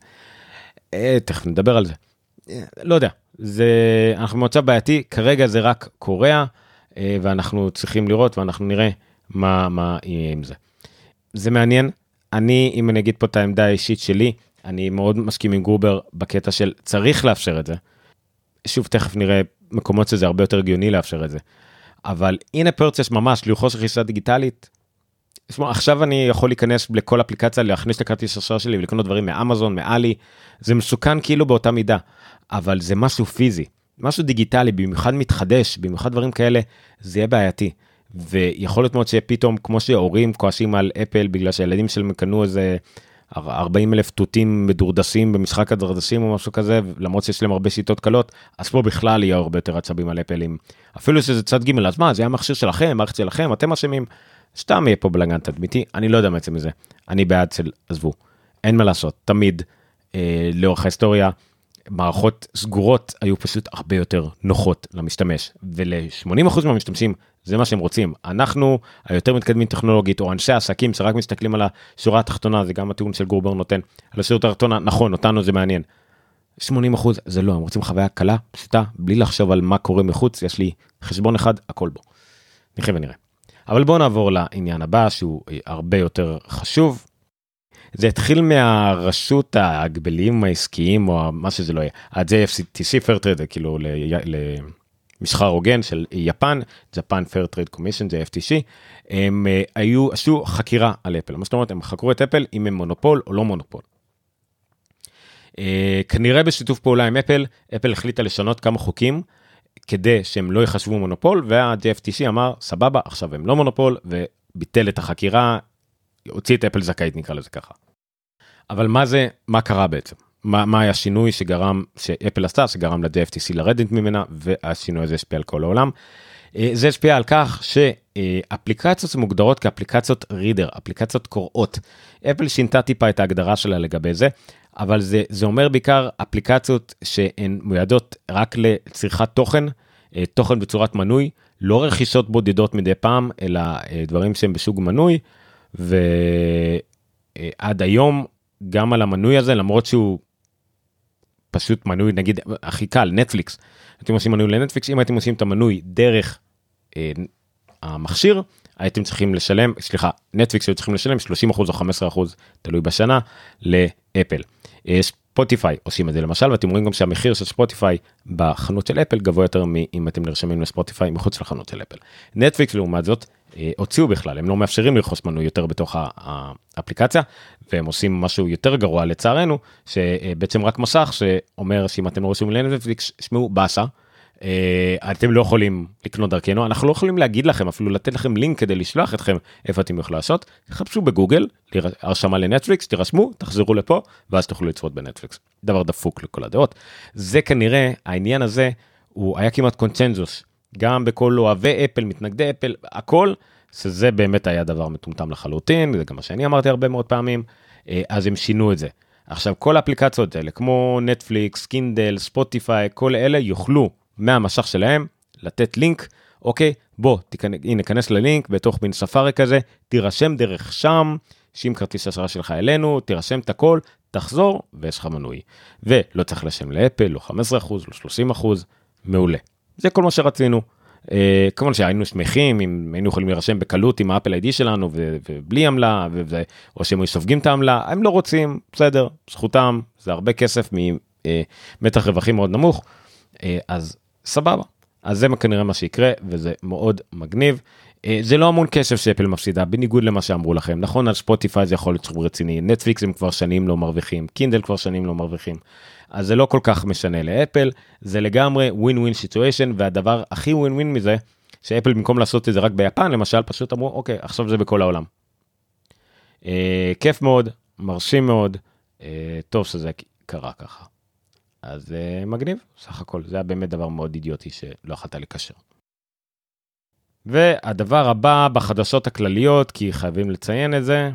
תכף נדבר על זה. לא יודע, אנחנו במצב בעייתי, כרגע זה רק קוריאה, ואנחנו צריכים לראות, ואנחנו נראה מה יהיה עם זה. זה מעניין, אם אני אגיד פה את העמדה האישית שלי, אני מאוד מסכים עם גרובר בקטע של צריך לאפשר את זה. שוב, תכף נראה מקומות שזה הרבה יותר הגיוני לאפשר את זה. אבל הנה פרצ'ס ממש, לרכוש רכישה דיגיטלית. עכשיו אני יכול להיכנס לכל אפליקציה, להכניס לכרטיס אשראי שלי ולקנות דברים מאמזון, מאלי. זה מסוכן כאילו באותה מידה, אבל זה משהו פיזי, משהו דיגיטלי, במיוחד מתחדש, במיוחד דברים כאלה, זה יהיה בעייתי. ויכול להיות מאוד שפתאום, כמו שהורים כועסים על אפל, בגלל שהילדים שלהם קנו איזה 40,000 תותים מדורדסים במשחק הדרדסים או משהו כזה, למרות שיש להם הרבה שיטות קלות, אז פה בכלל יהיה הרבה יותר עצבים על אפלים. אפילו שזה צד ג' אז מה, זה היה מכשיר שלכם, מערכת שלכם, אתם אשמים, סתם יהיה פה בלגן תדמיתי, אני לא יודע מעצם מזה, אני בעד של עזבו, אין מה לעשות, תמיד לאורך ההיסטוריה, מערכות סגורות היו פשוט הרבה יותר נוחות למשתמש, ול-80% מהמשתמשים זה מה שהם רוצים. אנחנו היותר מתקדמים טכנולוגית, או אנשי העסקים שרק מסתכלים על השורה התחתונה, זה גם הטיעון של גרובר נותן, על השורה התחתונה, נכון, אותנו זה מעניין. 80% זה לא, הם רוצים חוויה קלה, פשוטה, בלי לחשוב על מה קורה מחוץ, יש לי חשבון אחד, הכל בו. נחיה ונראה. אבל בואו נעבור לעניין הבא, שהוא הרבה יותר חשוב. זה התחיל מהרשות ההגבלים העסקיים, או מה שזה לא יהיה. ה-JFTC Fair Trade, זה כאילו למשחר הוגן של יפן, Japan Fair Trade Commission, JFTC, הם עשו חקירה על אפל. מה זאת אומרת, הם חקרו את אפל אם הם מונופול או לא מונופול. כנראה בשיתוף פעולה עם אפל, אפל החליטה לשנות כמה חוקים, כדי שהם לא יחשבו מונופול, וה-JFTC אמר, סבבה, עכשיו הם לא מונופול, וביטל את החקירה, הוציא את אפל זכאית, נקרא לזה ככה. אבל מה קרה בעצם? מה היה השינוי שאפל עשתה, שגרם ל-JFTC לרדת ממנה, והשינוי הזה השפיע על כל העולם. זה השפיע על כך שאפליקציות מוגדרות כאפליקציות רידר, אפליקציות קוראות. אפל שינתה טיפה את ההגדרה שלה לגבי זה, אבל זה אומר בעיקר אפליקציות שהן מיועדות רק לצריכת תוכן בצורת מנוי, לא רכישות בודדות מדי פעם, אלא דברים שהם בשוק מנוי, ועד היום גם על המנוי הזה, למרות שהוא פשוט מנוי, נגיד, הכי קל, נטפליקס. אתם עושים מנוי לנטפליקס, אם אתם עושים את המנוי דרך המכשיר, הייתם צריכים לשלם, נטפליקס היו צריכים לשלם 30% או 15%, תלוי בשנה, לאפל. ספוטיפיי עושים את זה למשל, ואתם רואים גם שהמחיר של ספוטיפיי בחנות של אפל גבוה יותר מאם אתם נרשמים לספוטיפיי מחוץ לחנות של אפל. נטפליקס לעומת זאת, הוציאו בכלל, הם לא מאפשרים לרכוש מנוי יותר בתוך האפליקציה, והם עושים משהו יותר גרוע לצערנו, שבעצם רק מסך שאומר שאם אתם לא רשומים לנטפליקס, שמעו באסה, אתם לא יכולים לקנות דרכנו, אנחנו לא יכולים להגיד לכם, אפילו לתת לכם לינק כדי לשלוח אתכם איפה אתם יכולים לעשות, תחפשו בגוגל, הרשמה לנטפליקס, תירשמו, תחזרו לפה, ואז תוכלו לצפות בנטפליקס. דבר דפוק לכל הדעות. זה כנראה, העניין הזה, הוא היה כמעט קונצנזוס, גם בכל אוהבי אפל, מתנגדי אפל, הכל, שזה באמת היה דבר מטומטם לחלוטין, זה גם מה שאני אמרתי הרבה מאוד פעמים, אז הם שינו את זה. עכשיו, כל האפליקציות האלה, כמו נטפליקס, קינדל, ספוטיפיי, כל אלה יוכלו מהמשך שלהם לתת לינק, אוקיי, בוא, הנה, כנס ללינק בתוך בין ספארי כזה, תירשם דרך שם, שים כרטיס אשראי שלך אלינו, תירשם את הכל, תחזור, ויש לך מנוי. ולא צריך לשלם לאפל, לא 15%, לא 30%, מעולה. זה כל מה שרצינו. כמובן שהיינו שמחים, אם היינו יכולים להירשם בקלות עם האפל איי-די שלנו, ובלי עמלה, או שהם סופגים את העמלה, הם לא רוצים, בסדר, זכותם, זה הרבה כסף ממתח רווחים מאוד נמוך, אז סבבה. אז זה כנראה מה שיקרה, וזה מאוד מגניב. זה לא המון כסף שאפל מפסידה, בניגוד למה שאמרו לכם. נכון, על ספוטיפיי זה יכול להיות סכום רציני, נטפליקס הם כבר שנים לא מרוויחים, קינדל כבר שנים לא מרוויחים, אז זה לא כל כך משנה לאפל, זה לגמרי ווין-ווין סיטואשן, והדבר הכי ווין-ווין מזה, שאפל במקום לעשות את זה רק ביפן, למשל, פשוט אמרו, אוקיי, עכשיו זה בכל העולם. כיף מאוד, מרשים מאוד, טוב שזה קרה ככה. אז מגניב, סך הכל, זה היה באמת דבר מאוד אידיוטי שלא יכולת לקשר. והדבר הבא בחדשות הכלליות, כי חייבים לציין את זה,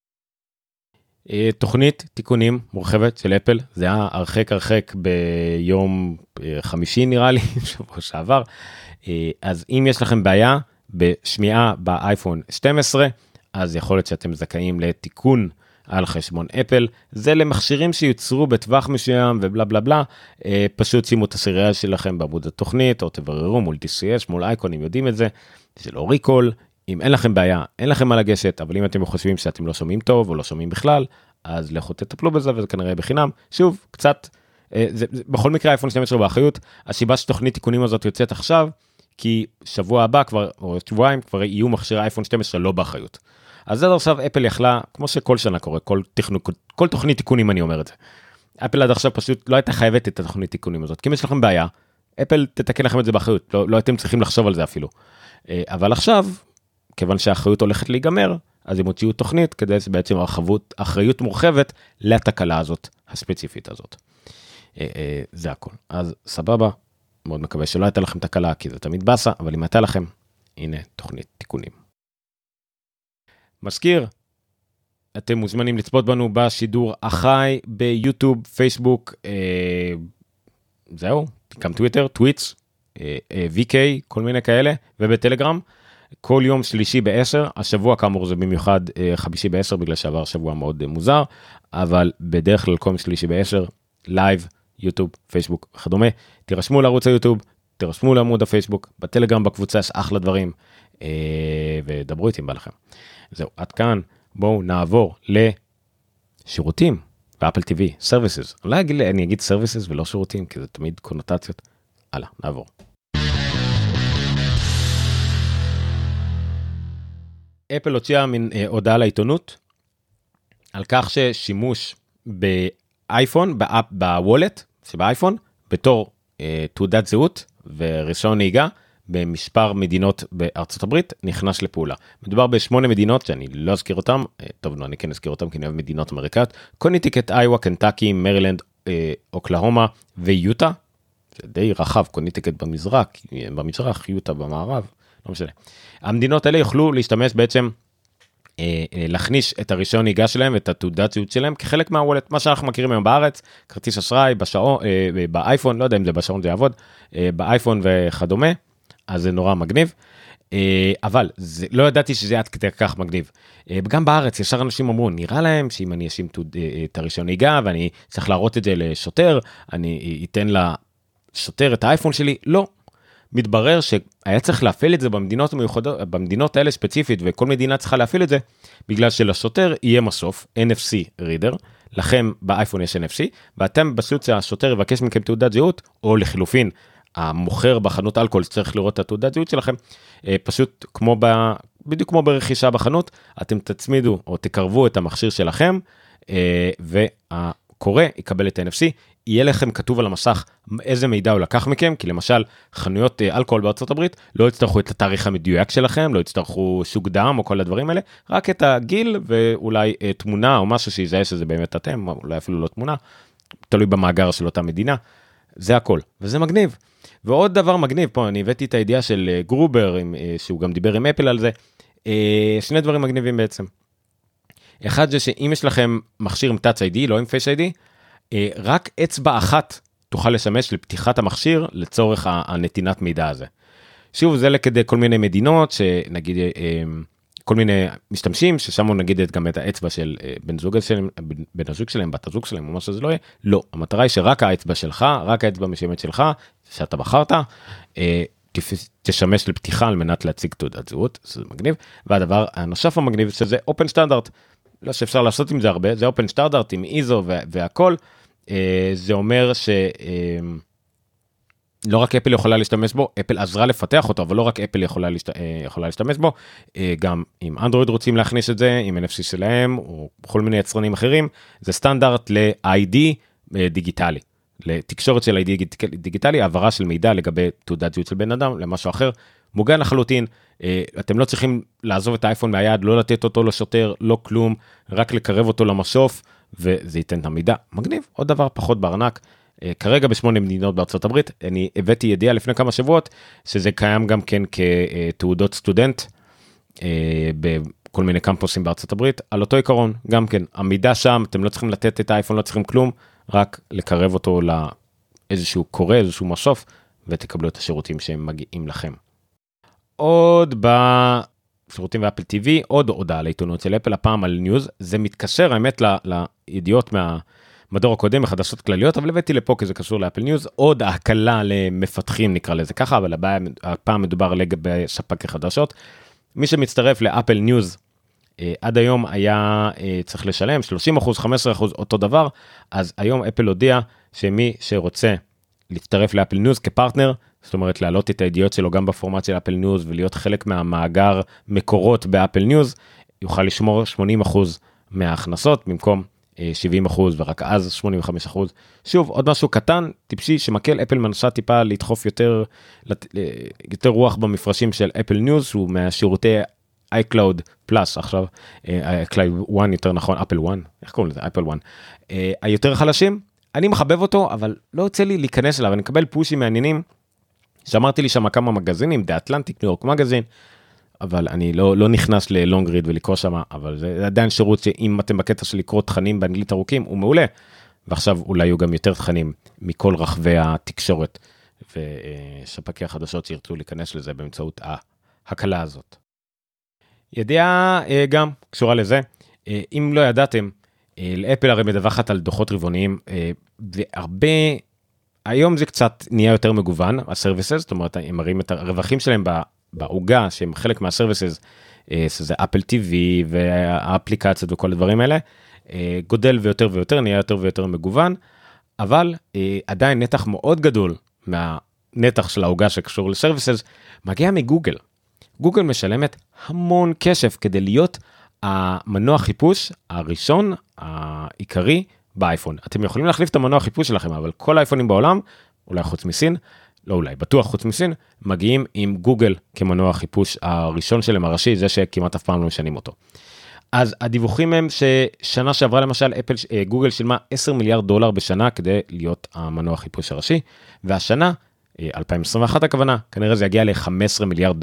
תוכנית תיקונים מורחבת של אפל, זה היה הרחק ביום חמישי נראה לי, שבוע שעבר, אז אם יש לכם בעיה בשמיעה באייפון 12, אז יכול להיות שאתם זכאים לתיקון על חשבון אפל, זה למכשירים שיוצרו בטווח מסוים ובלה בלה בלה, פשוט שימו את הסיריאל שלכם בעמוד התוכנית, או תבררו מול DCS, מול אייקונים, יודעים את זה, זה לא ריקול, אם אין לכם בעיה, אין לכם מה לגשת, אבל אם אתם חושבים שאתם לא שומעים טוב, או לא שומעים בכלל, אז לכו תטפלו בזה, וזה כנראה בחינם, שוב, קצת, בכל מקרה אייפון 12 באחריות, הסיבה שתוכנית תיקונים הזאת יוצאת עכשיו, כי שבוע הבא כבר, או שבועיים, כבר יהיו מכשירי אייפון 12 לא באחריות. אז עד עכשיו אפל יכלה, כמו שכל שנה קורה, כל תוכנית תיקונים אני אומר את זה. אפל עד עכשיו פשוט לא הייתה חייבת את התוכנית תיקונים הזאת, כי אם יש לכם בעיה, אפל תתקן לכם את זה באחריות, לא אתם צריכים לחשוב על זה אפילו. אבל עכשיו, כיוון שהאחריות הולכת להיגמר, אז הם הוציאו תוכנית כדי שבעצם אחריות מורחבת לתקלה הזאת, הספציפית הזאת. זה הכל. אז סבבה, מאוד מקווה שלא הייתה לכם תקלה, כי זה תמיד בסה, אבל אם הייתה לכם, הנה תוכנית תיקונים. מזכיר, אתם מוזמנים לצפות בנו בשידור החי ביוטיוב, פייסבוק, זהו, גם טוויטר, טוויטס, VK, כל מיני כאלה, ובטלגרם, כל יום שלישי ב-10, השבוע כאמור זה במיוחד חמישי ב-10, בגלל שעבר שבוע מאוד מוזר, אבל בדרך כלל כל יום שלישי ב-10, לייב, יוטיוב, פייסבוק וכדומה, תירשמו לערוץ היוטיוב, תירשמו לעמוד הפייסבוק, בטלגרם בקבוצה יש אחלה דברים, ודברו איתי אם בא לכם. זהו, עד כאן, בואו נעבור לשירותים, באפל TV, Services. אולי אני אגיד Services ולא שירותים, כי זה תמיד קונוטציות. הלאה, נעבור. אפל הוציאה מן הודעה לעיתונות, על כך ששימוש באייפון, בוולט שבאייפון, בתור תעודת זהות ורישיון נהיגה, במספר מדינות בארצות הברית, נכנס לפעולה. מדובר ב8 מדינות שאני לא אזכיר אותם, טוב, אני כן אזכיר אותם כי אני אוהב מדינות אמריקאיות, קונטיקט, איווה, קנטקי, מרילנד, אוקלהומה ויוטה, זה די רחב, קונטיקט במזרח, יוטה במערב, לא משנה. המדינות האלה יוכלו להשתמש בעצם, להכניס את הרישיון נהיגה שלהם ואת התעודת זהות שלהם כחלק מהוולט, מה שאנחנו מכירים היום בארץ, כרטיס אשראי, באייפון, לא יודע אם זה בשעון זה יעבוד, באייפון וכדומה, אז זה נורא מגניב, אבל לא ידעתי שזה עד כדי כך מגניב. גם בארץ ישר אנשים אמרו, נראה להם שאם אני אשים את הרישיון נהיגה ואני צריך להראות את זה לשוטר, אני אתן לשוטר את האייפון שלי, לא. מתברר שהיה צריך להפעיל את זה במדינות המיוחדות, במדינות האלה ספציפית, וכל מדינה צריכה להפעיל את זה, בגלל שלשוטר יהיה מסוף, NFC reader, לכם באייפון יש NFC, ואתם פשוט שהשוטר יבקש מכם תעודת זהות, או לחילופין, המוכר בחנות אלכוהול שצריך לראות את התעודת זהות שלכם, פשוט בדיוק כמו ברכישה בחנות, אתם תצמידו או תקרבו את המכשיר שלכם, והקורא יקבל את ה-NFC, יהיה לכם כתוב על המסך איזה מידע הוא לקח מכם, כי למשל חנויות אלכוהול בארצות הברית לא יצטרכו את התאריך המדויק שלכם, לא יצטרכו סוג דם או כל הדברים האלה, רק את הגיל ואולי תמונה או משהו שיזהה שזה באמת אתם, אולי אפילו לא תמונה, תלוי במאגר של אותה מדינה, זה הכל, וזה מגניב. ועוד דבר מגניב, פה אני הבאתי את הידיעה של גרובר, שהוא גם דיבר עם אפל על זה, שני דברים מגניבים בעצם. אחד זה שאם יש לכם מכשיר עם Touch ID, לא עם Face ID, רק אצבע אחת תוכל לשמש לפתיחת המכשיר לצורך הנתינת מידע הזה. שוב, זה לכדי כל מיני מדינות, שנגיד, כל מיני משתמשים, ששמו נגיד גם את האצבע של בן הזוג שלהם, בת הזוג שלהם, או מה שזה לא יהיה. לא, המטרה היא שרק האצבע שלך, רק האצבע משמת שלך, שאתה בחרת, תשמש לפתיחה על מנת להציג תעודת זהות, זה מגניב. והדבר הנוסף המגניב, שזה open standard, לא שאפשר לעשות עם זה הרבה, זה open standard עם איזו והכל, זה אומר לא רק אפל יכולה להשתמש בו, אפל עזרה לפתח אותו, אבל לא רק אפל יכולה להשתמש בו, גם אם אנדרואיד רוצים להכניס את זה, עם NFC שלהם, או כל מיני יצרנים אחרים, זה סטנדרט ל-ID דיגיטלי, לתקשורת של ID דיגיטלי, העברה של מידע לגבי תעודת זהות של בן אדם, למשהו אחר, מוגן לחלוטין, אתם לא צריכים לעזוב את האייפון מהיד, לא לתת אותו לשוטר, לא כלום, רק לקרב אותו למשוף, וזה ייתן את המידע. מגניב, עוד דבר פחות בארנק, כרגע ב8 מדינות בארצות הברית, אני הבאתי ידיעה לפני כמה שבועות, שזה קיים גם כן כתעודות סטודנט, בכל מיני קמפוסים בארצות הברית, על אותו עיקרון, גם כן, המידע שם, אתם לא צריכים לתת את האייפון, לא צריכים כלום, רק לקרב אותו לאיזשהו קורא, איזשהו משוף, ותקבלו את השירותים שהם מגיעים לכם. עוד בשירותים באפל TV, עוד הודעה לעיתונות של אפל, הפעם על ניוז, זה מתקשר האמת לידיעות מהמדור הקודם, מחדשות כלליות, אבל הבאתי לפה כי זה קשור לאפל ניוז, עוד ההקלה למפתחים נקרא לזה ככה, אבל הפעם מדובר לגבי ספקי חדשות. מי שמצטרף לאפל ניוז, עד היום היה צריך לשלם 30%, 15% אותו דבר, אז היום אפל הודיע שמי שרוצה להצטרף לאפל ניוז כפרטנר, זאת אומרת להעלות את הידיעות שלו גם בפורמט של אפל ניוז ולהיות חלק מהמאגר מקורות באפל ניוז, יוכל לשמור 80% מההכנסות במקום 70% ורק אז 85%. שוב, עוד משהו קטן, טיפשי, שמקל, אפל מנסה טיפה לדחוף יותר רוח במפרשים של אפל ניוז, שהוא מהשירותי iCloud פלאס, עכשיו, iCloud One יותר נכון, אפל One, איך קוראים לזה? אפל One. היותר חלשים, אני מחבב אותו, אבל לא יוצא לי להיכנס אליו, אני מקבל פושים מעניינים, שאמרתי לי שם כמה מגזינים, The Atlantic, ניו יורק מגזין, אבל אני לא נכנס ללונג ריד ולקרוא שם, אבל זה עדיין שירות שאם אתם בקטע של לקרוא תכנים באנגלית ארוכים, הוא מעולה, ועכשיו אולי יהיו גם יותר תכנים מכל רחבי התקשורת, וספקי החדשות שירצו להיכנס לזה באמצעות ההקלה הזאת. ידיעה גם קשורה לזה, אם לא ידעתם, לאפל הרי מדווחת על דוחות רבעוניים, והרבה, היום זה קצת נהיה יותר מגוון, הסרוויסס, זאת אומרת, הם מראים את הרווחים שלהם בעוגה, שהם חלק מהסרוויסס, שזה אפל TV והאפליקציות וכל הדברים האלה, גודל ויותר ויותר, נהיה יותר ויותר מגוון, אבל עדיין נתח מאוד גדול מהנתח של העוגה שקשור לסרוויסס, מגיע מגוגל. גוגל משלמת המון כסף כדי להיות המנוע חיפוש הראשון, העיקרי באייפון. אתם יכולים להחליף את המנוע חיפוש שלכם, אבל כל האייפונים בעולם, אולי חוץ מסין, לא אולי, בטוח חוץ מסין, מגיעים עם גוגל כמנוע חיפוש הראשון שלהם הראשי, זה שכמעט אף פעם לא משנים אותו. אז הדיווחים הם ששנה שעברה למשל, גוגל שילמה $10 מיליארד בשנה כדי להיות המנוע חיפוש הראשי, והשנה, 2021 הכוונה, כנראה זה יגיע $15 מיליארד.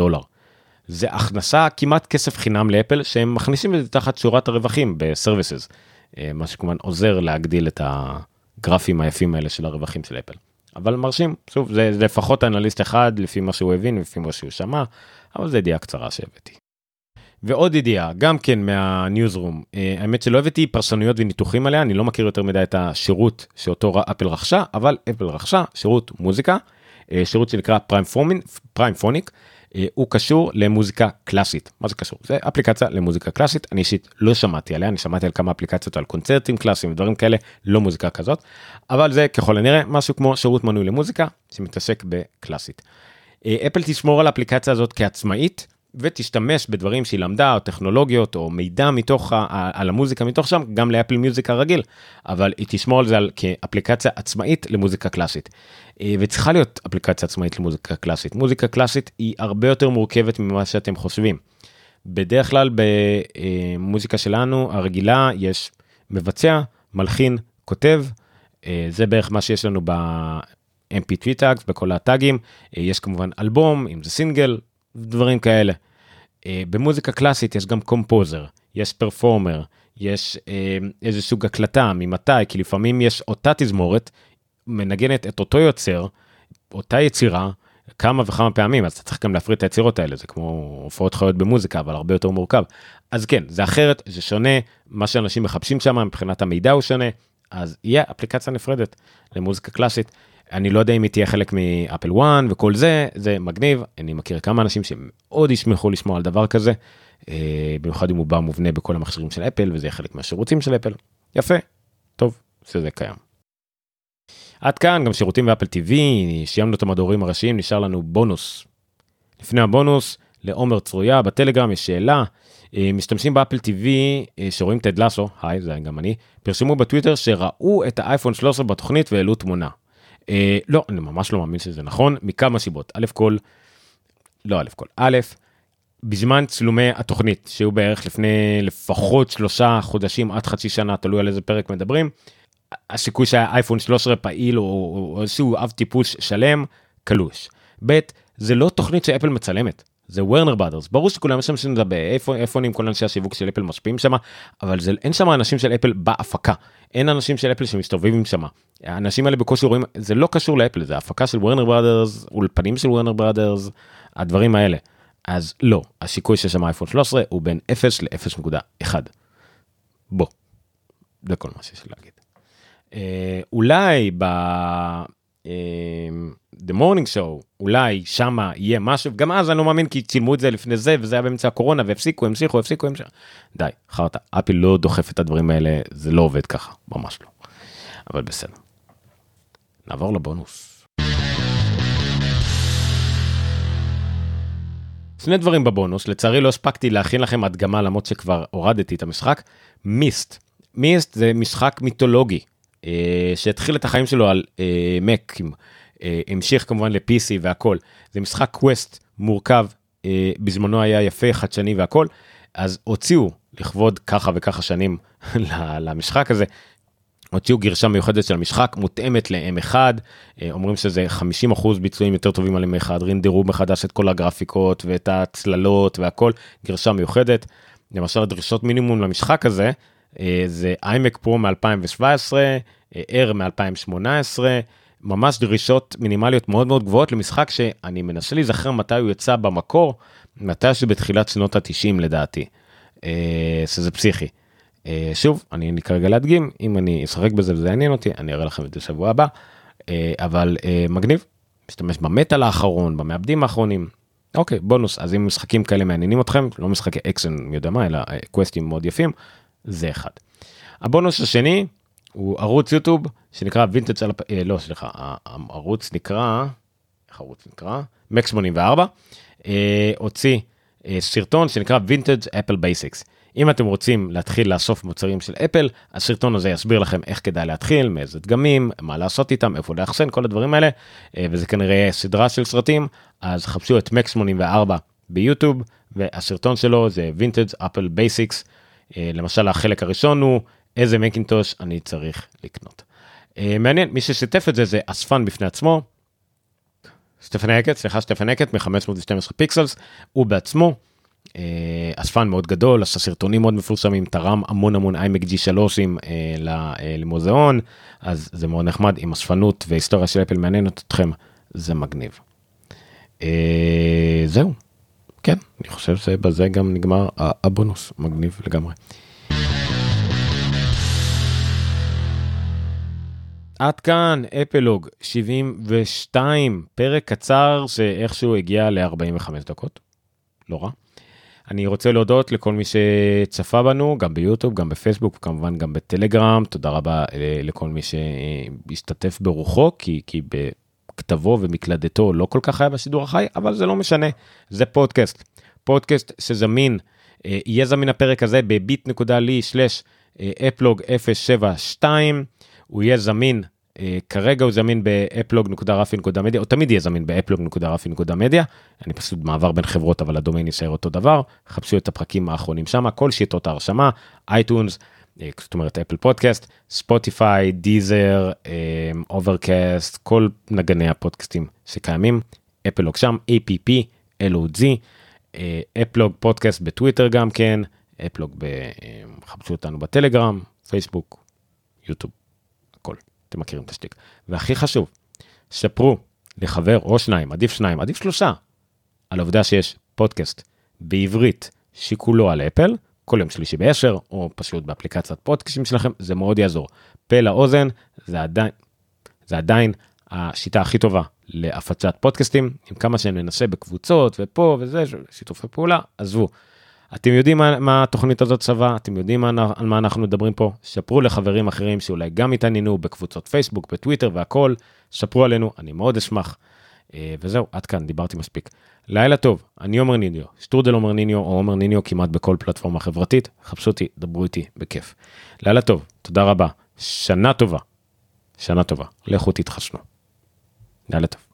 זה הכנסה כמעט כסף חינם לאפל, שהם מכניסים את זה תחת שורת הרווחים בסרוויסס, מה שכמובן עוזר להגדיל את הגרפים היפים האלה של הרווחים של אפל. אבל מרשים, שוב, זה לפחות אנליסט אחד, לפי מה שהוא הבין, לפי מה שהוא שמע, אבל זה ידיעה קצרה שהבאתי. ועוד ידיעה, גם כן מהניוזרום, האמת שלא הבאתי פרשנויות וניתוחים עליה, אני לא מכיר יותר מדי את השירות שאותו אפל רכשה, אבל אפל רכשה שירות מוזיקה, שירות שנקרא פריימפוניק, הוא קשור למוזיקה קלאסית. מה זה קשור? זה אפליקציה למוזיקה קלאסית, אני אישית לא שמעתי עליה, אני שמעתי על כמה אפליקציות על קונצרטים קלאסיים ודברים כאלה, לא מוזיקה כזאת, אבל זה ככל הנראה משהו כמו שירות מנוי למוזיקה, שמתעסק בקלאסית. אפל תשמור על האפליקציה הזאת כעצמאית, ותשתמש בדברים שהיא למדה, או טכנולוגיות, או מידע מתוך, על המוזיקה מתוך שם, גם לאפל מיוזיק הרגיל, אבל היא תשמור על זה כאפליקציה עצמאית למוזיקה קלאסית. וצריכה להיות אפליקציה עצמאית למוזיקה קלאסית. מוזיקה קלאסית היא הרבה יותר מורכבת ממה שאתם חושבים. בדרך כלל במוזיקה שלנו, הרגילה, יש מבצע, מלחין, כותב, זה בערך מה שיש לנו ב-MP3 tags, בכל הטאגים, יש כמובן אלבום, אם זה סינגל, דברים כאלה. במוזיקה קלאסית יש גם קומפוזר, יש פרפורמר, יש איזה סוג הקלטה, ממתי, כי לפעמים יש אותה תזמורת, מנגנת את אותו יוצר, אותה יצירה, כמה וכמה פעמים, אז אתה צריך גם להפריד את היצירות האלה, זה כמו הופעות חיות במוזיקה, אבל הרבה יותר מורכב. אז כן, זה אחרת, זה שונה, מה שאנשים מחפשים שם, מבחינת המידע הוא שונה, אז יהיה אפליקציה נפרדת למוזיקה קלאסית. אני לא יודע אם היא תהיה חלק מאפל וואן וכל זה, זה מגניב, אני מכיר כמה אנשים שמאוד ישמחו לשמוע על דבר כזה, במיוחד אם הוא בא מובנה בכל המכשירים של אפל, וזה יהיה חלק מהשירותים של אפל. יפה, טוב, שזה קיים. עד כאן גם שירותים באפל TV, שיימנו את המדורים הראשיים, נשאר לנו בונוס. לפני הבונוס, לעומר צרויה, בטלגרם יש שאלה, משתמשים באפל TV, שרואים טד לסו, היי, זה גם אני, פרשמו בטוויטר שראו את האייפון 13 בתוכנית והעלו תמונה. לא, אני ממש לא מאמין שזה נכון, מכמה סיבות. א', בזמן צילומי התוכנית, שהיו בערך לפני לפחות 3 חודשים עד חצי שנה, תלוי על איזה פרק מדברים, הסיכוי שהאייפון 13 פעיל או איזשהו אב טיפוס שלם, קלוש. ב', זה לא תוכנית שאפל מצלמת, זה וורנר ברודרס. ברור שכולם משתמשים בזה באייפונים, כל אנשי השיווק של אפל משפיעים שם, אבל אין שם אנשים של אפל בהפקה. אין אנשים של אפל שמסתובבים שם. האנשים האלה בקושי רואים, זה לא קשור לאפל, זה הפקה של וורנר ברודרס, אולפנים של וורנר ברודרס, הדברים האלה. אז לא, השיקוי שיש שם אייפון 13 הוא בין 0 ל-0.1. בוא, זה כל מה שיש להגיד. אולי The Morning Show, אולי שמה יהיה משהו, גם אז אני לא מאמין כי צילמו את זה לפני זה, וזה היה באמצע הקורונה, והפסיקו. די, חרטה, אפל לא דוחף את הדברים האלה, זה לא עובד ככה, ממש לא. אבל בסדר. נעבור לבונוס. שני דברים בבונוס, לצערי לא הספקתי להכין לכם הדגמה, למרות שכבר הורדתי את המשחק. מיסט זה משחק מיתולוגי, שהתחיל את החיים שלו על מקים, המשיך כמובן ל-PC והכל. זה משחק קווסט מורכב, בזמנו היה יפה, חדשני והכל, אז הוציאו לכבוד ככה וככה שנים למשחק הזה, הוציאו גרשה מיוחדת של המשחק, מותאמת ל-M1, אומרים שזה 50% ביצועים יותר טובים על M1, רינדרו מחדש את כל הגרפיקות ואת הצללות והכל, גרשה מיוחדת. למשל הדרישות מינימום למשחק הזה, זה iMac Pro מ-2017, Air מ-2018, ממש דרישות מינימליות מאוד מאוד גבוהות למשחק שאני מנסה להיזכר מתי הוא יצא במקור, מתי שבתחילת שנות ה-90 לדעתי, שזה פסיכי. שוב, אני כרגע להדגים, אם אני אשחק בזה וזה יעניין אותי, אני אראה לכם את זה שבוע הבא, אבל מגניב, משתמש במטל האחרון, במעבדים האחרונים, אוקיי, בונוס, אז אם משחקים כאלה מעניינים אתכם, לא משחקי אקשן מי יודע מה, אלא קווסטים מאוד יפים, זה אחד. הבונוס השני, הוא ערוץ יוטיוב, שנקרא וינטג' לא, סליחה, הערוץ נקרא, איך הערוץ נקרא? Mac 84, הוציא סרטון שנקרא וינטג' אפל בייסיקס. אם אתם רוצים להתחיל לאסוף מוצרים של אפל, הסרטון הזה יסביר לכם איך כדאי להתחיל, מאיזה דגמים, מה לעשות איתם, איפה לאחסן, כל הדברים האלה, וזה כנראה סדרה של סרטים, אז חפשו את Mac 84 ביוטיוב, והסרטון שלו זה וינטג' אפל בייסיקס, למשל החלק הראשון הוא, איזה מקינטוש אני צריך לקנות. מעניין, מי ששיתף את זה, זה אספן בפני עצמו, סטפן אקט מ-512 פיקסלס, הוא בעצמו, אספן מאוד גדול, עשה סרטונים מאוד מפורסמים, תרם המון iMac G3 למוזיאון, אז זה מאוד נחמד, עם אספנות והיסטוריה של אפל מעניינת אתכם, זה מגניב. זהו, כן, אני חושב שבזה גם נגמר הבונוס, מגניב לגמרי. עד כאן אפלוג 72, פרק קצר שאיכשהו הגיע ל-45 דקות, לא רע. אני רוצה להודות לכל מי שצפה בנו, גם ביוטיוב, גם בפייסבוק, וכמובן גם בטלגרם. תודה רבה לכל מי שהשתתף ברוחו, כי בכתבו ומקלדתו לא כל כך היה בשידור החי, אבל זה לא משנה, זה פודקאסט שזמין, יהיה זמין הפרק הזה bit.ly/אפלוג072, הוא יהיה זמין, כרגע הוא זמין באפלוג.רפי.מדיה, הוא תמיד יהיה זמין באפלוג.רפי.מדיה, אני פשוט מעבר בין חברות, אבל הדומיין יישאר אותו דבר, חפשו את הפרקים האחרונים שם, כל שיטות ההרשמה, אייטונס, זאת אומרת אפל פודקאסט, ספוטיפיי, דיזר, אוברקאסט, כל נגני הפודקאסטים שקיימים, אפלוג שם, APPLOG, אפלוג פודקאסט בטוויטר גם כן, אפלוג, חפשו אותנו בטלגרם, פייסבוק, יוטיוב, הכל, אתם מכירים את השתיק. והכי חשוב, שפרו, לחבר או שניים, עדיף שלושה, על העובדה שיש פודקאסט בעברית שכולו על אפל, כל יום שלישי ב-10, או פשוט באפליקציית פודקאסטים שלכם, זה מאוד יעזור. פה לאוזן, זה עדיין השיטה הכי טובה להפצת פודקאסטים, עם כמה שננסה בקבוצות ופה וזה, שיתופי פעולה, עזבו. אתם יודעים מה התוכנית הזאת שווה, אתם יודעים על מה אנחנו מדברים פה, שפרו לחברים אחרים שאולי גם התעניינו בקבוצות פייסבוק, בטוויטר והכל, שפרו עלינו, אני מאוד אשמח. וזהו, עד כאן, דיברתי מספיק. לילה טוב, אני עומר ניניו, שטרודל עומר ניניו או עומר ניניו כמעט בכל פלטפורמה חברתית, חפשו אותי, דברו איתי בכיף. לילה טוב, תודה רבה, שנה טובה, לכו תתחשנו. לילה טוב.